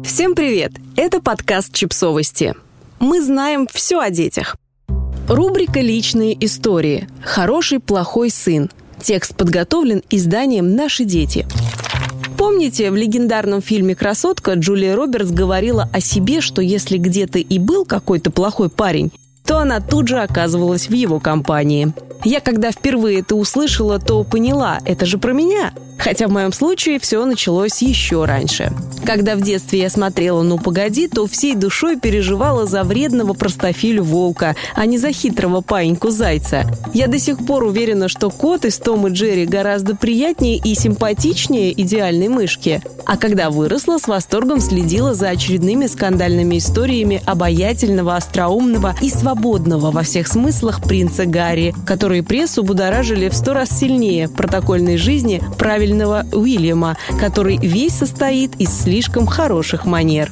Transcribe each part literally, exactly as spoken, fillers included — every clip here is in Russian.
Всем привет! Это подкаст «Чипсовости». Мы знаем все о детях. Рубрика «Личные истории». Хороший, плохой сын. Текст подготовлен изданием «Наши дети». Помните, в легендарном фильме «Красотка» Джулия Робертс говорила о себе, что если где-то и был какой-то плохой парень, то она тут же оказывалась в его компании. Я, когда впервые это услышала, то поняла, это же про меня. Хотя в моем случае все началось еще раньше. Когда в детстве я смотрела «Ну, погоди», то всей душой переживала за вредного простофилю волка, а не за хитрого паиньку зайца. Я до сих пор уверена, что кот из «Том и Джерри» гораздо приятнее и симпатичнее идеальной мышки. А когда выросла, с восторгом следила за очередными скандальными историями обаятельного, остроумного и свободного во всех смыслах принца Гарри, которые прессу будоражили в сто раз сильнее протокольной жизни правильного Уильяма, который весь состоит из слишком хороших манер.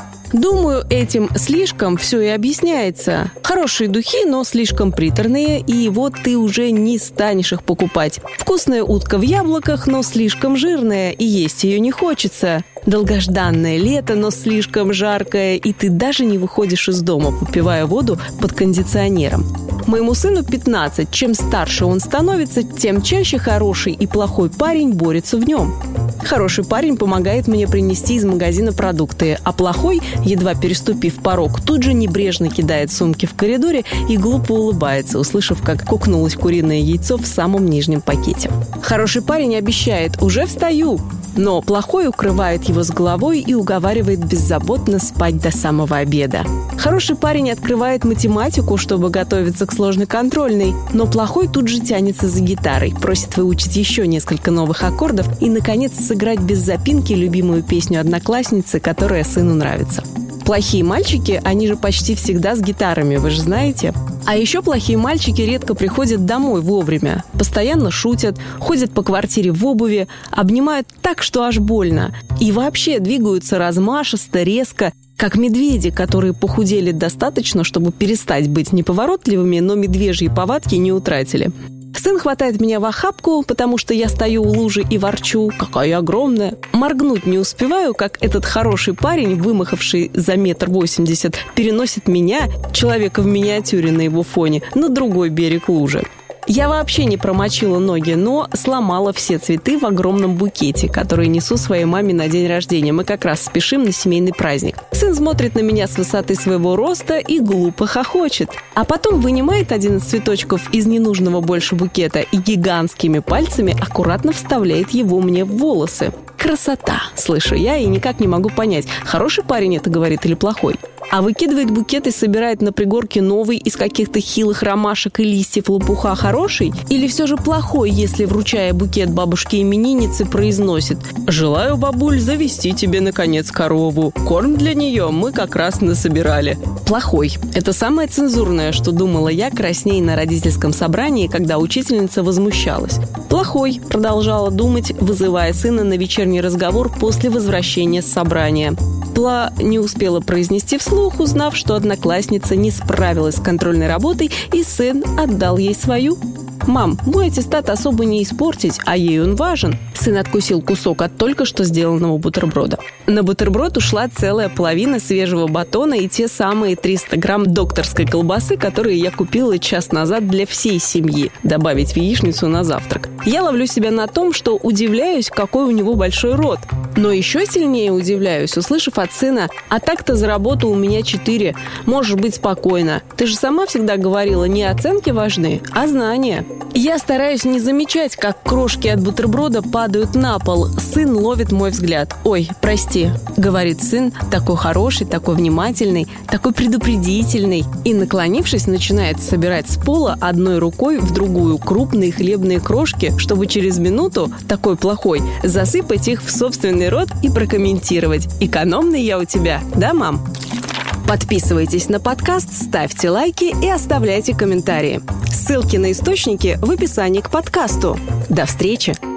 Думаю, этим слишком все и объясняется. Хорошие духи, но слишком приторные, и вот ты уже не станешь их покупать. Вкусная утка в яблоках, но слишком жирная, и есть ее не хочется. Долгожданное лето, но слишком жаркое, и ты даже не выходишь из дома, попивая воду под кондиционером. Моему сыну пятнадцать. Чем старше он становится, тем чаще хороший и плохой парень борются в нем. Хороший парень помогает мне принести из магазина продукты, а плохой, едва переступив порог, тут же небрежно кидает сумки в коридоре и глупо улыбается, услышав, как кукнулось куриное яйцо в самом нижнем пакете. Хороший парень обещает «уже встаю», но плохой укрывает его с головой и уговаривает беззаботно спать до самого обеда. Хороший парень открывает математику, чтобы готовиться к сложной контрольной, но плохой тут же тянется за гитарой, просит выучить еще несколько новых аккордов и, наконец, сыграть без запинки любимую песню одноклассницы, которая сыну нравится. Плохие мальчики, они же почти всегда с гитарами, вы же знаете. А еще плохие мальчики редко приходят домой вовремя, постоянно шутят, ходят по квартире в обуви, обнимают так, что аж больно. И вообще двигаются размашисто, резко, как медведи, которые похудели достаточно, чтобы перестать быть неповоротливыми, но медвежьи повадки не утратили. Сын хватает меня в охапку, потому что я стою у лужи и ворчу. Какая огромная! Моргнуть не успеваю, как этот хороший парень, вымахавший за метр восемьдесят, переносит меня, человека в миниатюре на его фоне, на другой берег лужи. Я вообще не промочила ноги, но сломала все цветы в огромном букете, который несу своей маме на день рождения. Мы как раз спешим на семейный праздник. Сын смотрит на меня с высоты своего роста и глупо хохочет. А потом вынимает один из цветочков из ненужного больше букета и гигантскими пальцами аккуратно вставляет его мне в волосы. Красота, слышу я и никак не могу понять, хороший парень это говорит или плохой. А выкидывает букет и собирает на пригорке новый из каких-то хилых ромашек и листьев лопуха хороший? Или все же плохой, если, вручая букет бабушке-имениннице, произносит: «Желаю, бабуль, завести тебе, наконец, корову. Корм для нее мы как раз насобирали». Плохой. Это самое цензурное, что думала я, краснея на родительском собрании, когда учительница возмущалась. Плохой, продолжала думать, вызывая сына на вечерний разговор после возвращения с собрания. Пла не успела произнести вслух, узнав, что одноклассница не справилась с контрольной работой, и сын отдал ей свою. «Мам, мой аттестат особо не испортить, а ей он важен». Сын откусил кусок от только что сделанного бутерброда. На бутерброд ушла целая половина свежего батона и те самые триста грамм докторской колбасы, которые я купила час назад для всей семьи, добавить в яичницу на завтрак. Я ловлю себя на том, что удивляюсь, какой у него большой рот. Но еще сильнее удивляюсь, услышав от сына: «А так-то за работу у меня четыре. Можешь быть спокойна. Ты же сама всегда говорила, не оценки важны, а знания». Я стараюсь не замечать, как крошки от бутерброда падают на пол. Сын ловит мой взгляд. «Ой, прости», — говорит сын, такой хороший, такой внимательный, такой предупредительный. И, наклонившись, начинает собирать с пола одной рукой в другую крупные хлебные крошки, чтобы через минуту, такой плохой, засыпать их в собственный рот и прокомментировать: «Экономный я у тебя, да, мам?» Подписывайтесь на подкаст, ставьте лайки и оставляйте комментарии. Ссылки на источники в описании к подкасту. До встречи!